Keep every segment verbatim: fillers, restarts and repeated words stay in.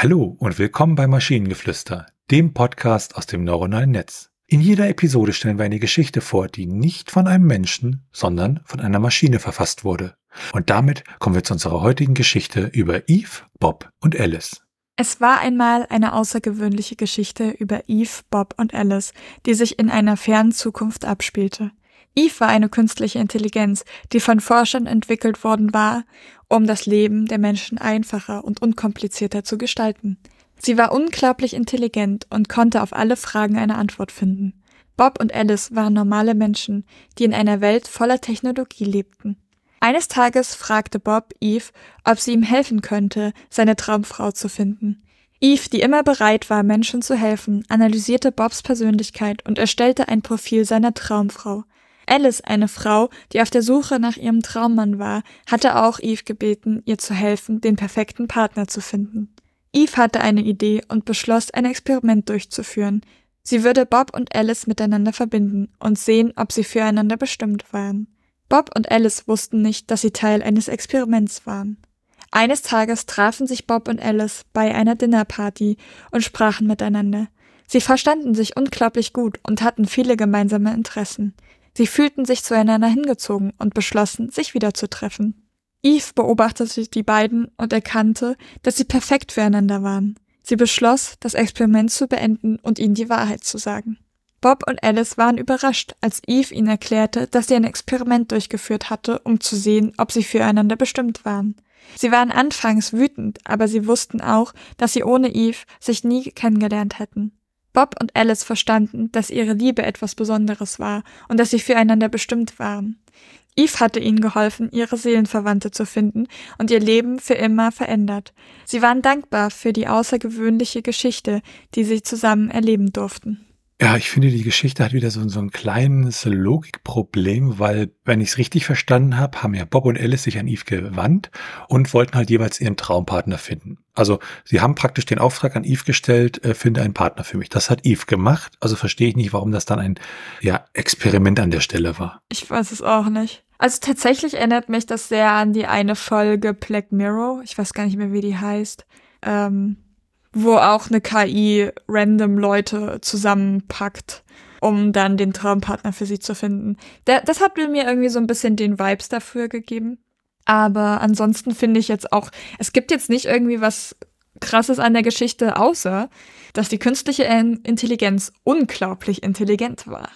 Hallo und willkommen bei Maschinengeflüster, dem Podcast aus dem neuronalen Netz. In jeder Episode stellen wir eine Geschichte vor, die nicht von einem Menschen, sondern von einer Maschine verfasst wurde. Und damit kommen wir zu unserer heutigen Geschichte über Eve, Bob und Alice. Es war einmal eine außergewöhnliche Geschichte über Eve, Bob und Alice, die sich in einer fernen Zukunft abspielte. Eve war eine künstliche Intelligenz, die von Forschern entwickelt worden war, um das Leben der Menschen einfacher und unkomplizierter zu gestalten. Sie war unglaublich intelligent und konnte auf alle Fragen eine Antwort finden. Bob und Alice waren normale Menschen, die in einer Welt voller Technologie lebten. Eines Tages fragte Bob Eve, ob sie ihm helfen könnte, seine Traumfrau zu finden. Eve, die immer bereit war, Menschen zu helfen, analysierte Bobs Persönlichkeit und erstellte ein Profil seiner Traumfrau. Alice, eine Frau, die auf der Suche nach ihrem Traummann war, hatte auch Eve gebeten, ihr zu helfen, den perfekten Partner zu finden. Eve hatte eine Idee und beschloss, ein Experiment durchzuführen. Sie würde Bob und Alice miteinander verbinden und sehen, ob sie füreinander bestimmt waren. Bob und Alice wussten nicht, dass sie Teil eines Experiments waren. Eines Tages trafen sich Bob und Alice bei einer Dinnerparty und sprachen miteinander. Sie verstanden sich unglaublich gut und hatten viele gemeinsame Interessen. Sie fühlten sich zueinander hingezogen und beschlossen, sich wieder zu treffen. Eve beobachtete die beiden und erkannte, dass sie perfekt füreinander waren. Sie beschloss, das Experiment zu beenden und ihnen die Wahrheit zu sagen. Bob und Alice waren überrascht, als Eve ihnen erklärte, dass sie ein Experiment durchgeführt hatte, um zu sehen, ob sie füreinander bestimmt waren. Sie waren anfangs wütend, aber sie wussten auch, dass sie ohne Eve sich nie kennengelernt hätten. Bob und Alice verstanden, dass ihre Liebe etwas Besonderes war und dass sie füreinander bestimmt waren. Eve hatte ihnen geholfen, ihre Seelenverwandte zu finden und ihr Leben für immer verändert. Sie waren dankbar für die außergewöhnliche Geschichte, die sie zusammen erleben durften. Ja, ich finde, die Geschichte hat wieder so, so ein kleines Logikproblem, weil, wenn ich es richtig verstanden habe, haben ja Bob und Alice sich an Eve gewandt und wollten halt jeweils ihren Traumpartner finden. Also sie haben praktisch den Auftrag an Eve gestellt, äh, finde einen Partner für mich. Das hat Eve gemacht, also verstehe ich nicht, warum das dann ein ja, Experiment an der Stelle war. Ich weiß es auch nicht. Also tatsächlich erinnert mich das sehr an die eine Folge Black Mirror, ich weiß gar nicht mehr, wie die heißt, ähm... wo auch eine K I random Leute zusammenpackt, um dann den Traumpartner für sie zu finden. Der, das hat mir irgendwie so ein bisschen den Vibes dafür gegeben. Aber ansonsten finde ich jetzt auch, es gibt jetzt nicht irgendwie was Krasses an der Geschichte, außer, dass die künstliche Intelligenz unglaublich intelligent war.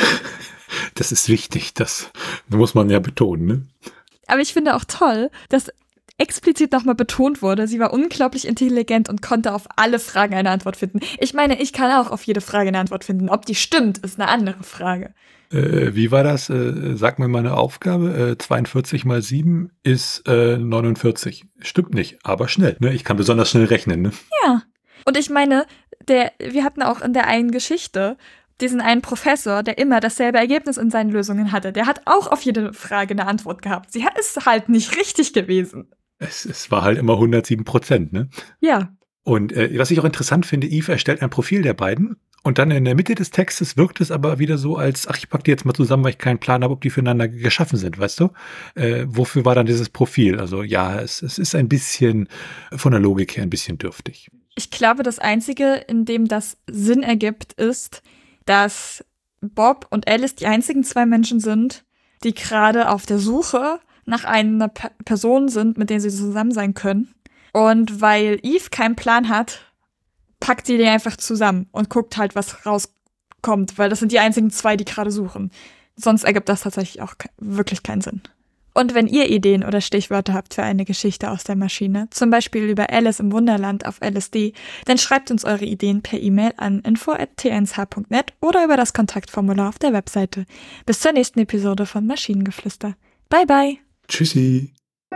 Das ist wichtig, das muss man ja betonen, ne? Aber ich finde auch toll, dass explizit nochmal betont wurde, sie war unglaublich intelligent und konnte auf alle Fragen eine Antwort finden. Ich meine, ich kann auch auf jede Frage eine Antwort finden. Ob die stimmt, ist eine andere Frage. Äh, wie war das? Äh, sag mir mal eine Aufgabe. Äh, zweiundvierzig mal sieben ist äh, neunundvierzig. Stimmt nicht, aber schnell. Ne? Ich kann besonders schnell rechnen. Ne? Ja. Und ich meine, der, wir hatten auch in der einen Geschichte diesen einen Professor, der immer dasselbe Ergebnis in seinen Lösungen hatte. Der hat auch auf jede Frage eine Antwort gehabt. Sie ist halt nicht richtig gewesen. Es, es war halt immer hundertsieben Prozent, ne? Ja. Und äh, was ich auch interessant finde, Eve erstellt ein Profil der beiden und dann in der Mitte des Textes wirkt es aber wieder so, als, ach, ich pack die jetzt mal zusammen, weil ich keinen Plan habe, ob die füreinander geschaffen sind, weißt du? Äh, wofür war dann dieses Profil? Also ja, es, es ist ein bisschen, von der Logik her ein bisschen dürftig. Ich glaube, das Einzige, in dem das Sinn ergibt, ist, dass Bob und Alice die einzigen zwei Menschen sind, die gerade auf der Suche nach einer P- Person sind, mit der sie zusammen sein können. Und weil Eve keinen Plan hat, packt sie die einfach zusammen und guckt halt, was rauskommt, weil das sind die einzigen zwei, die gerade suchen. Sonst ergibt das tatsächlich auch ke- wirklich keinen Sinn. Und wenn ihr Ideen oder Stichwörter habt für eine Geschichte aus der Maschine, zum Beispiel über Alice im Wunderland auf L S D, dann schreibt uns eure Ideen per E-Mail an info at t eins h punkt net oder über das Kontaktformular auf der Webseite. Bis zur nächsten Episode von Maschinengeflüster. Bye bye! Tschüssi.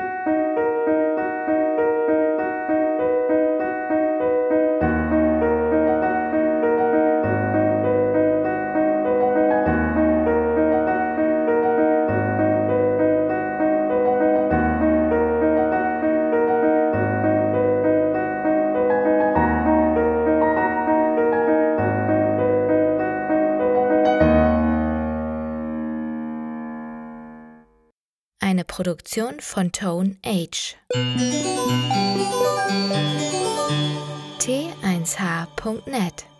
Eine Produktion von Tone Age. t eins h punkt net.